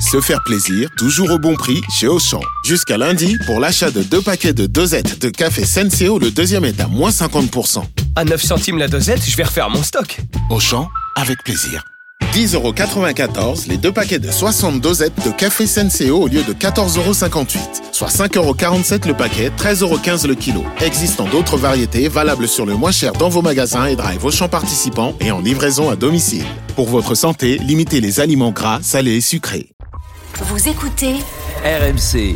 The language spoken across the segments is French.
Se faire plaisir, toujours au bon prix chez Auchan. Jusqu'à lundi, pour l'achat de 2 paquets de dosettes de café Senseo, le deuxième est à moins 50%. À 9 centimes la dosette, je vais refaire mon stock. Auchan, avec plaisir. 10,94€ les 2 paquets de 60 dosettes de café Senseo au lieu de 14,58€. Soit 5,47€ le paquet, 13,15€ le kilo. Existant d'autres variétés valables sur le moins cher dans vos magasins et drive Auchan participants et en livraison à domicile. Pour votre santé, limitez les aliments gras, salés et sucrés. Vous écoutez RMC.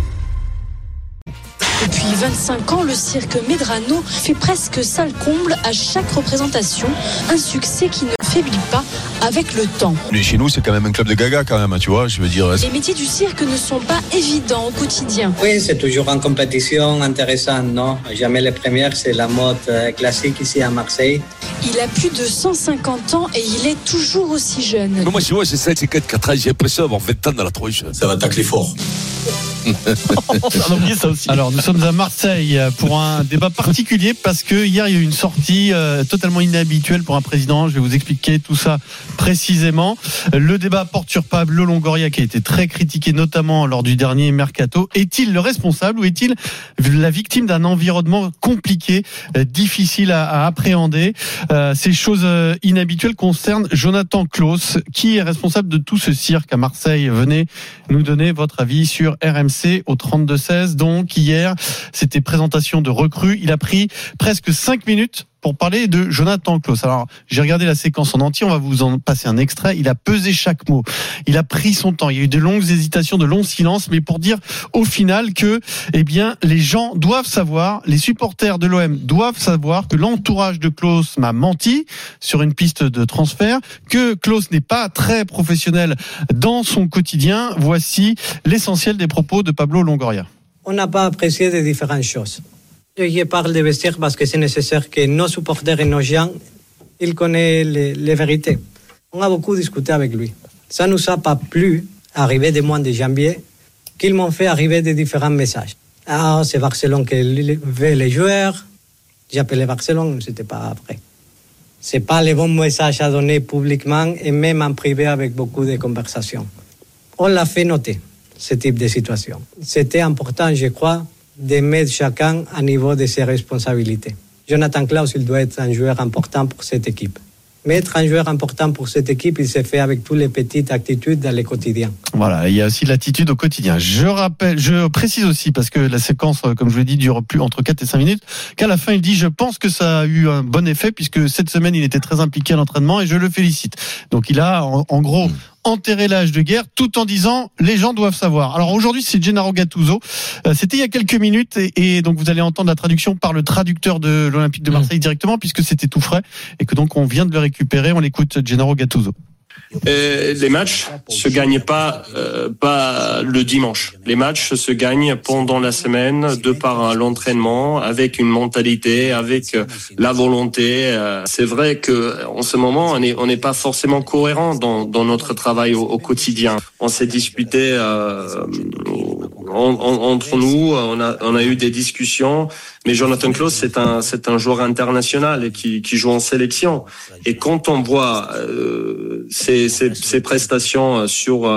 Depuis 25 ans, le cirque Medrano fait presque salle comble à chaque représentation. Un succès qui ne faiblit pas avec le temps. Mais chez nous, c'est quand même un club de gaga quand même, tu vois, je veux dire. Les métiers du cirque ne sont pas évidents au quotidien. Oui, c'est toujours une compétition intéressante, non ? Jamais les premières, c'est la mode classique ici à Marseille. Il a plus de 150 ans et il est toujours aussi jeune. Mais moi, je vois, j'ai 4 ans, j'ai l'impression d'avoir 20 ans dans la tronche. Ça va tacler fort. On a oublié ça aussi. Alors nous sommes à Marseille pour un débat particulier parce que hier il y a eu une sortie totalement inhabituelle pour un président. Je vais vous expliquer tout ça précisément. Le débat porte sur Pablo Longoria qui a été très critiqué notamment lors du dernier mercato. Est-il le responsable ou est-il la victime d'un environnement compliqué, difficile à appréhender? Ces choses inhabituelles concernent Jonathan Klaus qui est responsable de tout ce cirque à Marseille. Venez nous donner votre avis sur RMC au 32-16. Donc hier, c'était présentation de recrues. Il a pris presque 5 minutes pour parler de Jonathan Klaus. Alors, j'ai regardé la séquence en entier, on va vous en passer un extrait. Il a pesé chaque mot. Il a pris son temps. Il y a eu de longues hésitations, de longs silences, mais pour dire au final que, eh bien, les gens doivent savoir, les supporters de l'OM doivent savoir que l'entourage de Klaus m'a menti sur une piste de transfert, que Klaus n'est pas très professionnel dans son quotidien. Voici l'essentiel des propos de Pablo Longoria. On n'a pas apprécié de différentes choses. Je parle de vestiaire parce que c'est nécessaire que nos supporters et nos gens, ils connaissent les vérités. On a beaucoup discuté avec lui. Ça ne nous a pas plu, arrivé des mois de janvier, qu'ils m'ont fait arriver des différents messages. Ah, c'est Barcelone qui veut les joueurs. J'appelais Barcelone, c'était pas vrai. C'est pas les bons messages à donner publiquement et même en privé avec beaucoup de conversations. On l'a fait noter, ce type de situation. C'était important, je crois, de mettre chacun à niveau de ses responsabilités. Jonathan Klaus, il doit être un joueur important pour cette équipe. Mais être un joueur important pour cette équipe, il se fait avec toutes les petites attitudes dans le quotidien. Voilà, il y a aussi l'attitude au quotidien. Je précise aussi, parce que la séquence, comme je vous l'ai dit, dure plus entre 4 et 5 minutes, qu'à la fin, il dit, je pense que ça a eu un bon effet, puisque cette semaine, il était très impliqué à l'entraînement et je le félicite. Donc il a, en gros, enterré l'âge de guerre tout en disant les gens doivent savoir. Alors aujourd'hui c'est Gennaro Gattuso, c'était il y a quelques minutes et donc vous allez entendre la traduction par le traducteur de l'Olympique de Marseille directement puisque c'était tout frais et que donc on vient de le récupérer. On l'écoute, Gennaro Gattuso. Les matchs se gagnent pas le dimanche. Les matchs se gagnent pendant la semaine de par l'entraînement, avec une mentalité, avec la volonté. C'est vrai que en ce moment on n'est pas forcément cohérent dans notre travail au quotidien. On s'est disputé entre nous, on a eu des discussions, mais Jonathan Klaus c'est un joueur international qui joue en sélection. Et quand on voit ses prestations sur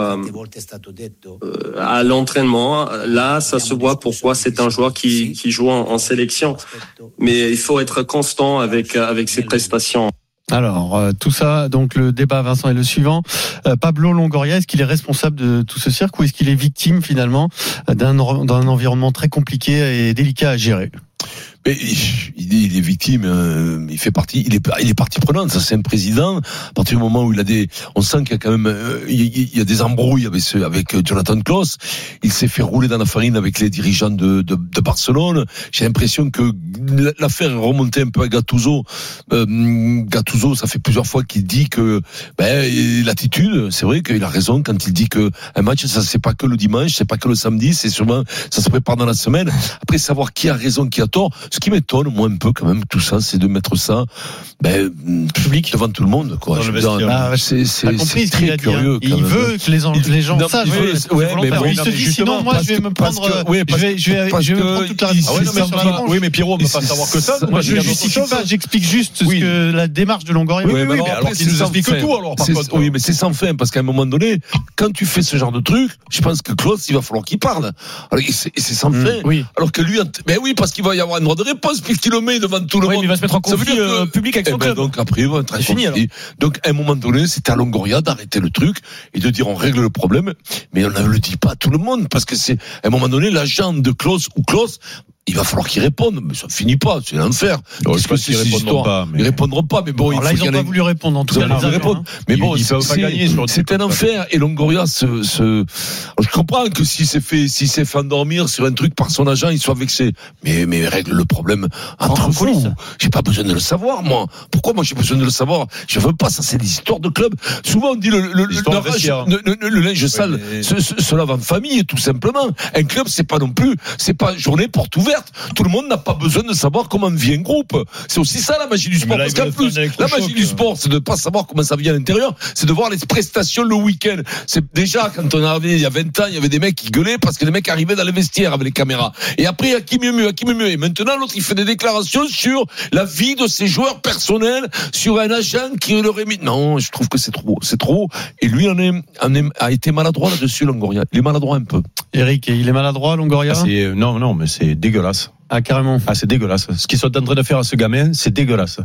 à l'entraînement, là ça se voit pourquoi c'est un joueur qui joue en sélection. Mais il faut être constant avec ses prestations. Alors, tout ça, donc le débat, Vincent, est le suivant. Pablo Longoria, est-ce qu'il est responsable de tout ce cirque ou est-ce qu'il est victime finalement d'un environnement très compliqué et délicat à gérer ? Mais il est victime, il fait partie, il est partie prenante. Ça, c'est un président. À partir du moment où on sent qu'il y a quand même, il y a des embrouilles avec Jonathan Klaus. Il s'est fait rouler dans la farine avec les dirigeants de Barcelone. J'ai l'impression que l'affaire est remontée un peu à Gattuso. Gattuso, ça fait plusieurs fois qu'il dit que, l'attitude, c'est vrai qu'il a raison quand il dit que un match, ça c'est pas que le dimanche, c'est pas que le samedi, c'est sûrement, ça se prépare dans la semaine. Après, savoir qui a raison, qui a tort. ce qui m'étonne, moi, un peu, quand même, tout ça, c'est de mettre ça, public devant tout le monde, quoi. C'est très curieux. Il veut que les gens sachent. Il se dit, sinon, moi, je vais me prendre, je vais me prendre toute la responsabilité. Oui, mais Pierrot, on ne peut pas savoir que ça. Moi, je justifie pas, j'explique juste ce que la démarche de Longoria. Oui, mais alors qu'il nous explique tout, alors, par contre. Oui, mais c'est sans fin, parce qu'à un moment donné, quand tu fais ce genre de truc, je pense que Klaus, il va falloir qu'il parle. Alors, c'est sans fin. Oui. Alors que lui, oui, parce qu'il va y avoir un droit de réponse, puisqu'il le met devant tout le monde. Mais il va se mettre en conflit public avec son club. Donc après, il va être fini. Donc, à un moment donné, c'était à Longoria d'arrêter le truc et de dire on règle le problème, mais on ne le dit pas à tout le monde, parce que c'est, à un moment donné, l'agent de Klaus ou Klaus, il va falloir qu'ils répondent, mais ça finit pas, c'est l'enfer. Est-ce que ces histoires, ils répondront pas, mais bon, là, ils n'ont pas voulu répondre, en tout cas, mais bon, c'est un enfer, et Longoria je comprends que s'il s'est fait endormir sur un truc par son agent, il soit vexé. Mais règle le problème entre vous. J'ai pas besoin de le savoir, moi. Pourquoi moi j'ai besoin de le savoir? Je veux pas, ça c'est des histoires de club. Souvent on dit le linge sale se lave en famille, tout simplement. Un club, c'est pas journée porte ouverte. Tout le monde n'a pas besoin de savoir comment vit un groupe. C'est aussi ça la magie du sport. Parce qu'en plus, la magie du sport, c'est de ne pas savoir comment ça vit à l'intérieur, c'est de voir les prestations le week-end. C'est déjà, quand on arrivait il y a 20 ans, il y avait des mecs qui gueulaient parce que les mecs arrivaient dans les vestiaires avec les caméras. Et après, à qui mieux. Et maintenant, l'autre, il fait des déclarations sur la vie de ses joueurs personnels, sur un agent qui leur émet. Non, je trouve que c'est trop. Et lui, a été maladroit là-dessus, Longoria. Il est maladroit un peu. Eric, il est maladroit, Longoria? Non, mais c'est dégueulasse. Ah, carrément. Ah, c'est dégueulasse. Ce qu'ils sont en train de faire à ce gamin, c'est dégueulasse.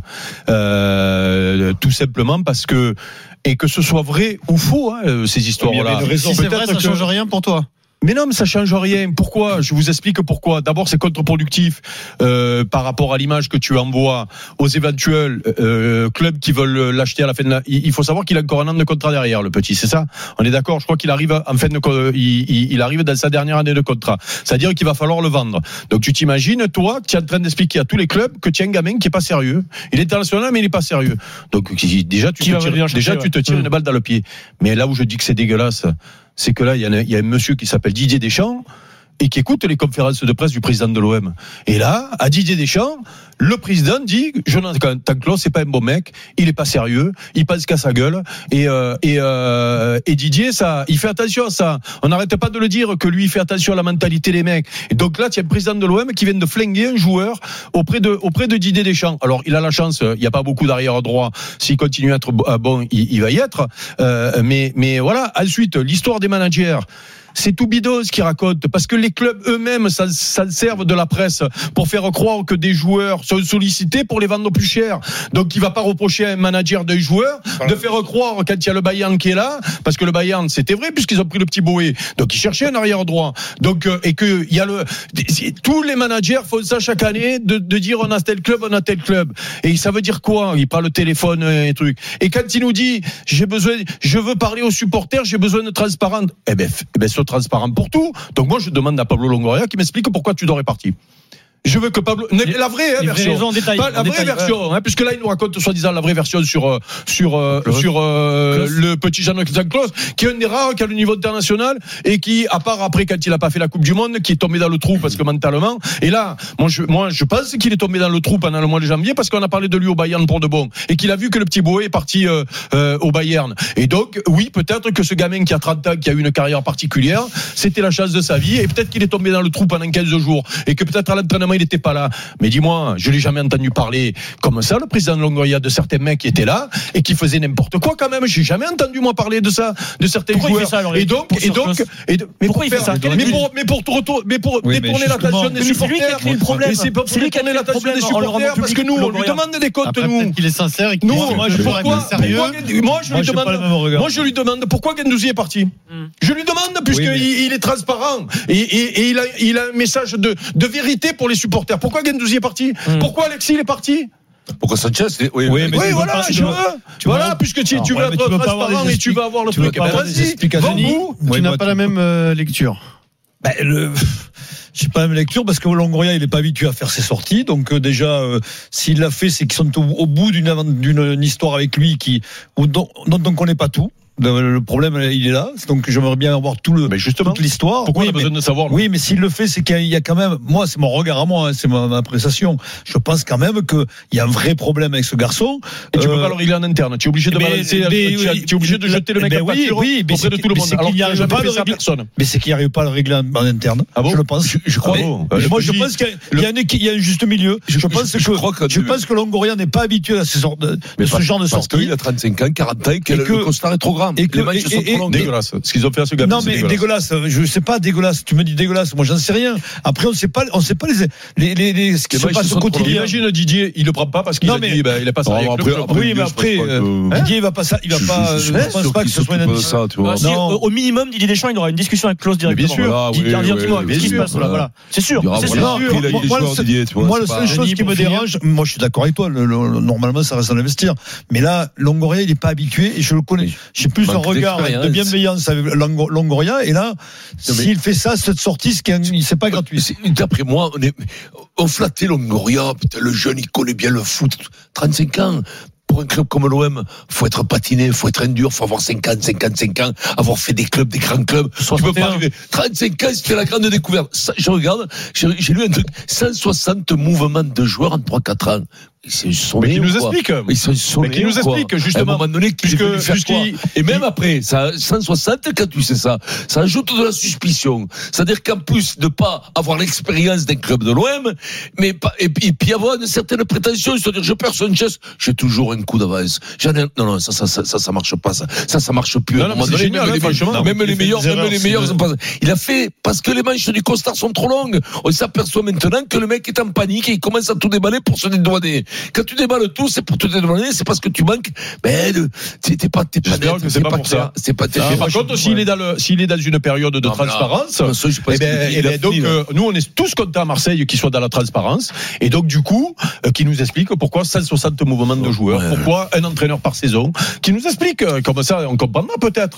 Tout simplement parce que, et que ce soit vrai ou faux, ces histoires-là. Si c'est vrai, ça change rien pour toi. Mais non, mais ça change rien. Pourquoi? Je vous explique pourquoi. D'abord, c'est contre-productif par rapport à l'image que tu envoies aux éventuels clubs qui veulent l'acheter à la fin de Il faut savoir qu'il a encore un an de contrat derrière, le petit. C'est ça? On est d'accord? Je crois qu'il arrive en fin de il arrive dans sa dernière année de contrat. C'est-à-dire qu'il va falloir le vendre. Donc tu t'imagines, toi, tu es en train d'expliquer à tous les clubs que tu as un gamin qui est pas sérieux. Il est international, mais il est pas sérieux. Donc déjà, tu te tires une balle dans le pied. Mais là où je dis que c'est dégueulasse, c'est que là, il y a un monsieur qui s'appelle Didier Deschamps et qui écoute les conférences de presse du président de l'OM. Et là, à Didier Deschamps, le président dit Jonathan Klaus, c'est pas un bon mec, il est pas sérieux, il pense qu'à sa gueule. Et Didier, ça, il fait attention à ça. On n'arrête pas de le dire que lui, il fait attention à la mentalité des mecs. Et donc là, tu as le président de l'OM qui vient de flinguer un joueur auprès de Didier Deschamps. Alors, il a la chance, il n'y a pas beaucoup d'arrière droit. S'il continue à être bon, il va y être. Mais voilà. Ensuite, l'histoire des managers. C'est tout bidon ce qu'ils racontent, parce que les clubs eux-mêmes ça servent de la presse pour faire croire que des joueurs sont sollicités pour les vendre plus cher. Donc il va pas reprocher à un manager d'un joueur de faire croire quand il y a le Bayern qui est là, parce que le Bayern c'était vrai puisqu'ils ont pris le petit Boé, donc ils cherchaient un arrière droit. Donc et que il y a tous les managers font ça chaque année de dire on a tel club, et ça veut dire quoi? Il parle le téléphone et trucs. Et quand il nous dit je veux parler aux supporters, j'ai besoin de transparence. Eh ben transparent pour tout. Donc moi je demande à Pablo Longoria qui m'explique pourquoi tu dois répartir. Je veux que Pablo la vraie version, pas la vraie version, puisque là il nous raconte soi-disant la vraie version sur le petit Jean-Claude Klaus, qui est un des rares qui a le niveau international et qui, à part après quand il a pas fait la Coupe du Monde, qui est tombé dans le trou parce que mentalement. Et là, moi je pense qu'il est tombé dans le trou pendant le mois de janvier parce qu'on a parlé de lui au Bayern pour de bon et qu'il a vu que le petit Boé est parti au Bayern. Et donc oui, peut-être que ce gamin qui a 30 ans, qui a eu une carrière particulière, c'était la chance de sa vie et peut-être qu'il est tombé dans le trou pendant 15 jours et que peut-être à l'entraînement il n'était pas là. Mais dis-moi, je l'ai jamais entendu parler comme ça, le président de Longoria, de certains mecs qui étaient là et qui faisaient n'importe quoi quand même. J'ai jamais entendu moi parler de ça, de certains joueurs. Mais pourquoi il fait ça? Mais pour détourner l'attention des supporters. C'est pour détourner l'attention des supporters parce que nous, on lui demande des comptes, nous. Il est sincère et moi je lui demande pourquoi Guendouzi est parti. Je lui demande puisqu'il est transparent et il a un message de vérité pour les supporters. Pourquoi Guendouzi est parti? Pourquoi Alexis est parti? Pourquoi Sanchez? Oui, voilà, voilà, puisque tu veux être transparent et tu vas avoir le truc. Vas-y, tu n'as pas la même lecture. J'ai pas la même lecture parce que Longoria il est pas habitué à faire ses sorties, donc déjà s'il l'a fait, c'est qu'ils sont au bout d'une histoire avec lui dont on connaît pas tout. Le problème, il est là. Donc, j'aimerais bien avoir toute l'histoire. Pourquoi on a besoin de savoir? Oui, mais s'il le fait, c'est qu'il y a quand même, moi, c'est mon regard à moi, c'est ma appréciation. Je pense quand même qu'il y a un vrai problème avec ce garçon. Et tu peux pas le régler en interne. Tu es obligé de balancer, tu es obligé de jeter le mec à pâture auprès de tout le monde. Alors qu'il n'y arrive pas à personne. Mais c'est qu'il n'y arrive pas à le régler en interne. Ah bon? Je le pense. Je crois. Moi, je pense qu'il y a un juste milieu. Je pense que Longoria n'est pas habitué à ce genre de sortie. Parce qu'il a 35 ans, 40 ans, que le costard est trop grand. Et que les matchs sont trop longs. Dégueulasse. Ce qu'ils ont fait à ce gars. Non, mais dégueulasse. Je sais pas, dégueulasse. Tu me dis dégueulasse. Moi, j'en sais rien. Après, on sait pas ce qui se passe au quotidien. Imagine Didier, il le prend pas parce qu'il a dit, il a pas ça. Oui, mais après, Didier, il va pas ça. Je pense pas que ce soit une ça. Au minimum, Didier Deschamps, il aura une discussion avec Klose directement. Directement, qu'est-ce qui se passe là? Voilà. C'est sûr. Moi, la seule chose qui me dérange, moi, je suis d'accord avec toi. Normalement, ça reste dans le vestiaire. Mais là, Longoria, il est pas habitué et je le connais. J'ai plus un regard de bienveillance avec Longoria. Et là, s'il fait ça, cette sortie, c'est pas gratuit. D'après moi, on flattait Longoria. Putain, le jeune, il connaît bien le foot. 35 ans. Pour un club comme l'OM, faut être patiné, faut être dur, faut avoir 55 ans, avoir fait des clubs, des grands clubs. Tu peux pas arriver. 35 ans, c'était la grande découverte. Ça, je regarde, j'ai lu un truc, 160 mouvements de joueurs en 3-4 ans. Mais qui nous explique. Mais qui nous explique, justement. À un moment donné, et même après, ça, 160, quand tu sais ça ajoute de la suspicion. C'est-à-dire qu'en plus de pas avoir l'expérience d'un club de l'OM, et puis avoir une certaine prétention, c'est-à-dire, je perds Sanchez, j'ai toujours un coup d'avance. Non, ça marche pas, ça marche plus. Non, c'est génial, même les meilleurs, il a fait, parce que les manches du costard sont trop longues. On s'aperçoit maintenant que le mec est en panique et il commence à tout déballer pour se dédouaner. Quand tu déballes tout, c'est pour te dédouaner, c'est parce que tu manques. Mais t'es pas net. C'est pas pour ça. C'est pas. Par contre, s'il est dans une période de transparence, donc nous on est tous contents à Marseille qu'il soit dans la transparence, et donc du coup, qui nous explique pourquoi 160 mouvements de joueurs, pourquoi un entraîneur par saison, qui nous explique comme ça, on comprendra peut-être.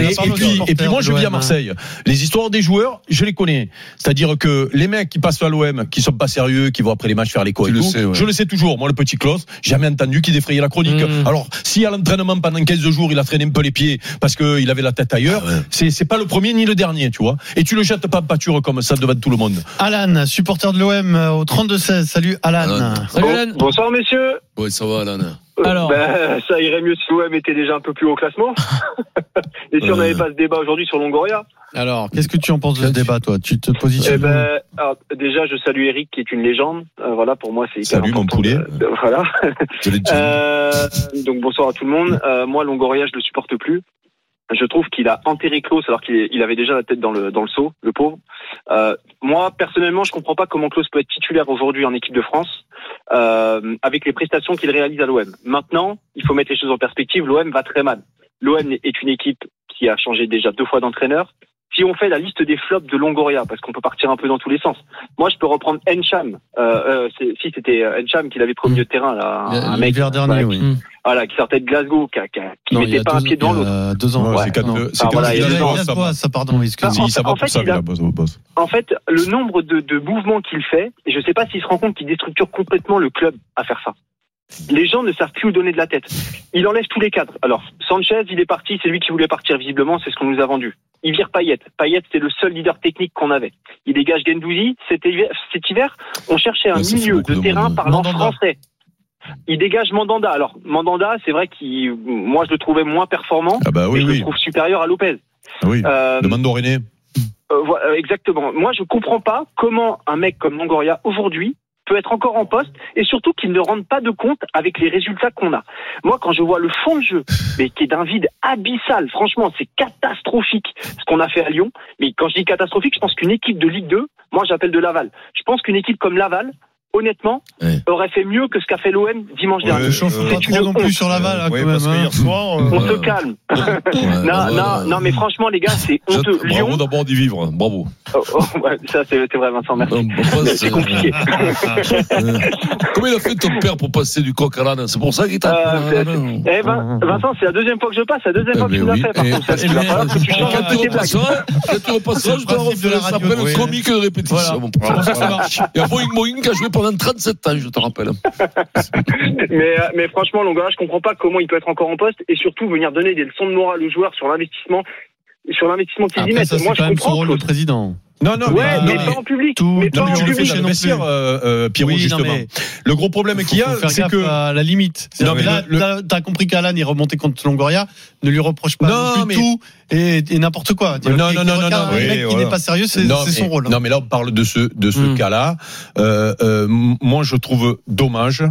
Et puis moi je vis à Marseille. Les histoires des joueurs, je les connais. C'est-à-dire que les mecs qui passent à l'OM, qui sont pas sérieux, qui vont après les matchs faire les et tout, je le sais toujours. Moi, le petit Klose, jamais entendu qu'il défrayait la chronique. Alors, si à l'entraînement pendant 15 jours, il a traîné un peu les pieds parce qu'il avait la tête ailleurs, c'est pas le premier ni le dernier, tu vois. Et tu le jettes pas en pâture comme ça devant tout le monde. Alan, supporter de l'OM au 32-16. Salut Alan. Salut Alan. Bonsoir messieurs. Oui, ça va Alan. Alors, ça irait mieux si l'OM était déjà un peu plus haut au classement. Et si on n'avait pas ce débat aujourd'hui sur Longoria. Alors, qu'est-ce que tu en penses de ce débat, toi? Tu te positionnes alors, déjà, je salue Eric, qui est une légende. Voilà, pour moi, c'est hyper important. Salut mon poulet. Voilà. Donc, bonsoir à tout le monde. Moi, Longoria, je le supporte plus. Je trouve qu'il a enterré Klose alors qu'il avait déjà la tête dans le seau, le pauvre. Moi, personnellement, je comprends pas comment Klose peut être titulaire aujourd'hui en équipe de France avec les prestations qu'il réalise à l'OM. Maintenant, il faut mettre les choses en perspective. L'OM va très mal. L'OM est une équipe qui a changé déjà 2 fois d'entraîneur. Si on fait la liste des flops de Longoria, parce qu'on peut partir un peu dans tous les sens. Moi, je peux reprendre Encham. C'était Encham qui l'avait pris au milieu de terrain, là. Un mec. L'hiver dernier, oui. Voilà, qui sortait de Glasgow, qui mettait pas un pied devant l'autre. 2 ans. Ouais, c'est pardon, excusez-moi. En fait, le nombre de mouvements qu'il fait, et je sais pas s'il se rend compte qu'il déstructure complètement le club à faire ça. Les gens ne savent plus où donner de la tête. Il enlève tous les cadres. Alors, Sanchez, il est parti, c'est lui qui voulait partir visiblement, c'est ce qu'on nous a vendu. Il vire Payet. Payet, c'est le seul leader technique qu'on avait. Il dégage Guendouzi. Cet hiver, on cherchait un milieu de terrain parlant français. Il dégage Mandanda. Alors, Mandanda, c'est vrai moi, je le trouvais moins performant, mais je le trouve supérieur à Lopez. Demande René. Exactement. Moi, je comprends pas comment un mec comme Longoria, aujourd'hui, peut être encore en poste, et surtout qu'il ne rende pas de compte avec les résultats qu'on a. Moi, quand je vois le fond de jeu, mais qui est d'un vide abyssal, franchement, c'est catastrophique ce qu'on a fait à Lyon. Mais quand je dis catastrophique, je pense qu'une équipe de Ligue 2, moi j'appelle de Laval. Je pense qu'une équipe comme Laval, honnêtement, aurait fait mieux que ce qu'a fait l'OM dimanche dernier. Je ne pas trop non plus sur Laval, quand même. Parce que hier soir, on se calme. Non, mais franchement, les gars, c'est honteux. Lyon. Bravo d'abord d'y vivre. Bravo. Ça, c'est vrai, Vincent, merci. C'est compliqué. Comment il a fait ton père pour passer du coq à l'âne? C'est pour ça qu'il t'a. Vincent, c'est la deuxième fois que je passe, c'est la deuxième fois que tu me l'as fait, par contre. Il va falloir que tu changes un peu tes blagues. Quand tu repasseras, je te referai. Ça s'appelle le comique de répétition. Il y a Boeing qui a joué pendant pendant 37 ans, je te rappelle. mais franchement, Longoria, je comprends pas comment il peut être encore en poste et surtout venir donner des leçons de morale aux joueurs sur l'investissement qu'ils y mettent. Ça, moi, je comprends. Son rôle le président. Non, mais pas en public. Mais pas en public. Pierrot, justement. Le gros problème qu'il y a, c'est que à la limite. Non, mais là, t'as compris qu'Alan est remonté contre Longoria. Ne lui reproche pas non plus tout et n'importe quoi. Non. Un mec qui n'est pas sérieux, c'est son rôle. Non, mais là, on parle de ce cas-là. Moi, je trouve dommage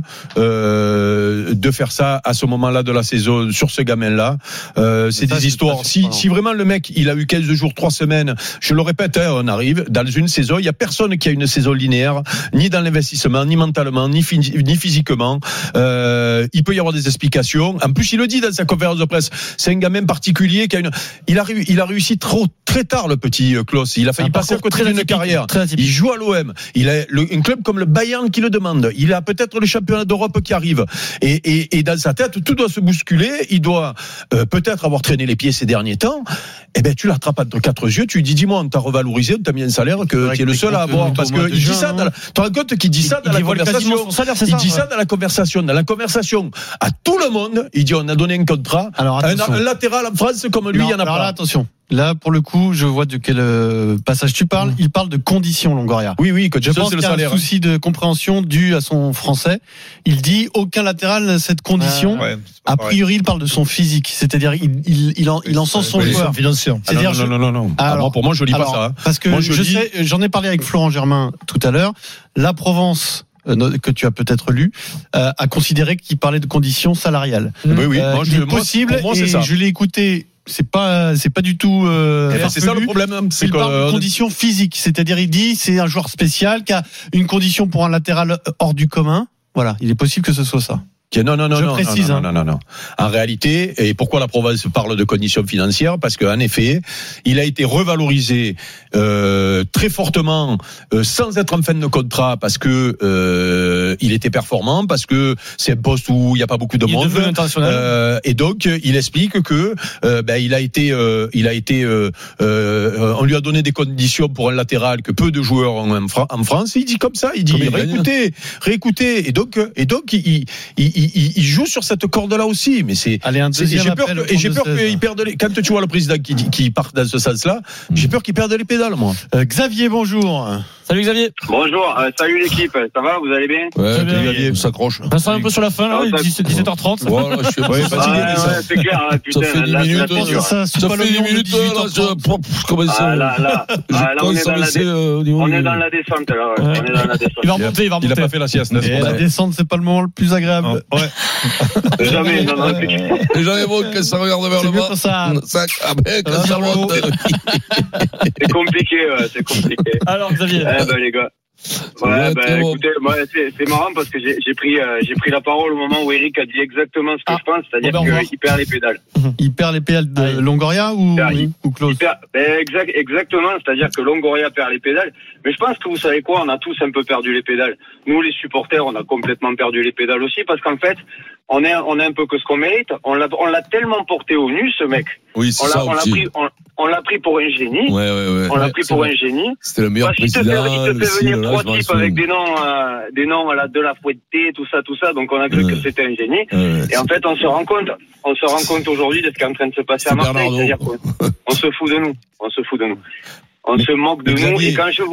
de faire ça à ce moment-là de la saison sur ce gamin-là. C'est des histoires. Si vraiment le mec, il a eu 15 jours, 3 semaines, je le répète, on arrive dans une saison, il n'y a personne qui a une saison linéaire, ni dans l'investissement, ni mentalement, ni physiquement. Il peut y avoir des explications. En plus, il le dit dans sa conférence de presse, c'est un gamin particulier qui a il a réussi très tard, le petit Klose. Il a failli passer à côté d'une carrière. Il joue à l'OM. Il a un club comme le Bayern qui le demande. Il a peut-être le championnat d'Europe qui arrive. Et dans sa tête, tout doit se bousculer. Il doit peut-être avoir traîné les pieds ces derniers temps. Eh ben, tu l'attrapes entre 4 yeux. Tu lui dis, dis-moi, on t'a revalorisé, on t'a mis un salaire que tu es le seul à avoir. Parce que il dit ça. Tu te rends compte qu'il dit ça dans la conversation. Il dit ça dans la conversation. Dans la conversation à tout le monde, il dit, on a donné un contrat. Un latéral en France comme lui, il y en a pas. Là, attention. Là, pour le coup, je vois de quel passage tu parles. Il parle de conditions, Longoria. Oui, je pense qu'il y a un souci de compréhension dû à son français. Il dit aucun latéral n'a cette condition. A priori, il parle de son physique, c'est-à-dire il en sent son joueur. C'est-à-dire non. Alors, pour moi, je lis pas ça. Parce que j'en ai parlé avec Florent Germain tout à l'heure. La Provence, que tu as peut-être lu, a considéré qu'il parlait de conditions salariales. Oui. C'est possible. Pour moi, c'est ça. Je l'ai écouté. C'est pas du tout. C'est ça le problème. C'est il parle de conditions physiques, c'est-à-dire il dit c'est un joueur spécial qui a une condition pour un latéral hors du commun. Voilà, il est possible que ce soit ça. Non. En réalité, et pourquoi la Provence parle de conditions financières? Parce qu'en effet, il a été revalorisé très fortement sans être en fin de contrat, parce que il était performant, parce que c'est un poste où il n'y a pas beaucoup de monde. Et donc, il explique que il a été, on lui a donné des conditions pour un latéral que peu de joueurs ont en France. Il dit comme ça, il dit réécoutez. Et donc, il joue sur cette corde-là aussi, mais j'ai peur qu'il perde quand tu vois le président qui part dans ce sens-là, j'ai peur qu'il perde les pédales, moi. Xavier, bonjour. Salut Xavier. Bonjour, salut l'équipe, ça va, vous allez bien? Ouais, Xavier, on s'accroche. Ça sera un peu sur la fin, là, 17h30. Voilà, je suis fatigué. C'est clair, putain. Ça fait 10 minutes, ça fait 10 minutes, comment ça? Là, on est dans la descente, là, on est dans la descente. Il va remonter. Il a pas fait la sieste. La descente, c'est pas le moment le plus agréable. Jamais, Les gens évoquent que ça regarde vers le bas. C'est ça. Quand ça monte. C'est compliqué. Alors, Xavier. Les gars. Écoutez, moi, c'est marrant parce que j'ai pris la parole au moment où Eric a dit exactement ce que je pense, c'est-à-dire qu'il perd les pédales. Il perd les pédales de Longoria ou Klose? Exactement, c'est-à-dire que Longoria perd les pédales. Mais je pense que vous savez quoi, on a tous un peu perdu les pédales. Nous, les supporters, on a complètement perdu les pédales aussi parce qu'en fait, on est un peu que ce qu'on mérite. On l'a tellement porté au nu, ce mec. Oui, c'est ça aussi. On l'a pris pour un génie. Ouais. On l'a pris pour un génie. C'était le meilleur président. Il te fait venir 3 types avec des noms à de la fouettée, tout ça. Donc on a cru que c'était un génie. Et en fait, on se rend compte aujourd'hui de ce qui est en train de se passer à Marseille. C'est-à-dire qu'on se fout de nous. On se moque de nous. Et quand je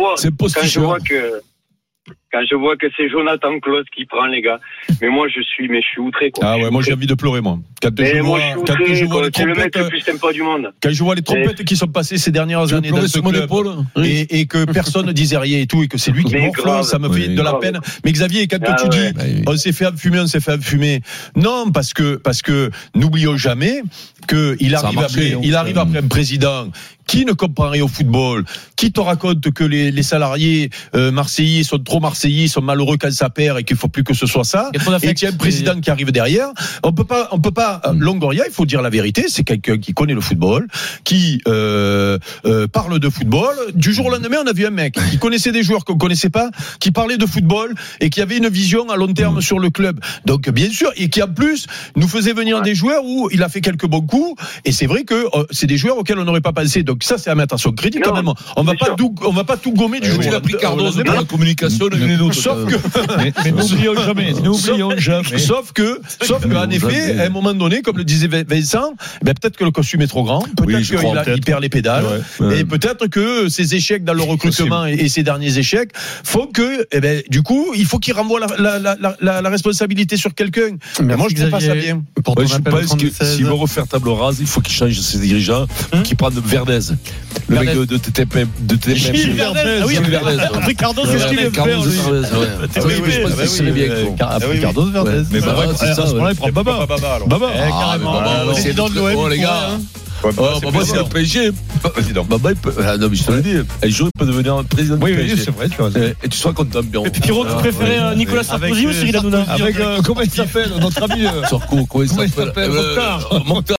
vois que c'est Jonathan Klose qui prend, les gars, mais moi je suis outré, quoi. Ah ouais, moi j'ai envie de pleurer, moi. C'est le mec le plus sympa du monde. Quand je vois les trompettes qui sont passées ces dernières années dans ce club et que personne ne disait rien et tout, et que c'est lui qui morfle, ça me fait de la peine. Mais Xavier, quand tu dis on s'est fait enfumer, non, parce que n'oublions jamais qu'il arrive après un président qui ne comprend rien au football, qui te raconte que les salariés marseillais sont trop marseillais, sont malheureux quand ça perd et qu'il faut plus que ce soit ça. Et qu'il y a un président qui arrive derrière. On peut pas. Longoria, il faut dire la vérité, c'est quelqu'un qui connaît le football, qui parle de football. Du jour au lendemain, on a vu un mec qui connaissait des joueurs qu'on connaissait pas, qui parlait de football et qui avait une vision à long terme sur le club. Donc bien sûr, et qui en plus nous faisait venir des joueurs où il a fait quelques bons coups. coup, et c'est vrai que c'est des joueurs auxquels on n'aurait pas pensé. Donc ça, c'est à mettre à son crédit quand même. On va pas tout gommer du jour. Il a pris Cardozo pour la communication. Sauf que, mais n'oublions jamais. Sauf que, en effet, à un moment donné, comme le disait Vincent, peut-être que le costume est trop grand, peut-être qu'il perd les pédales, et peut-être que ces échecs dans le recrutement et ces derniers échecs font que, du coup, il faut qu'il renvoie la responsabilité sur quelqu'un. Mais moi, je trouve pas ça bien. Je pense que s'il veut refaire table rase, il faut qu'il change ses dirigeants, qu'il prenne Verdez, le mec de TTP. Gilles Verdez. Ah oui, Ricardo Verdez. Ricardo Verdez. Mais à ce moment-là, il prend Baba. Carrément. Président de l'OM, les gars. Baba, c'est le PSG. Président. Baba, non, mais je te l'ai dit. Un jour, il peut devenir président du PSG. Oui, c'est vrai, tu vois. Et tu sois content, bien. Et Pierrot, tu préférais Nicolas Sarkozy ou Cyril Hanouna? Avec, comment il s'appelle, notre ami Sorco, comment il s'appelle? Mokhtar.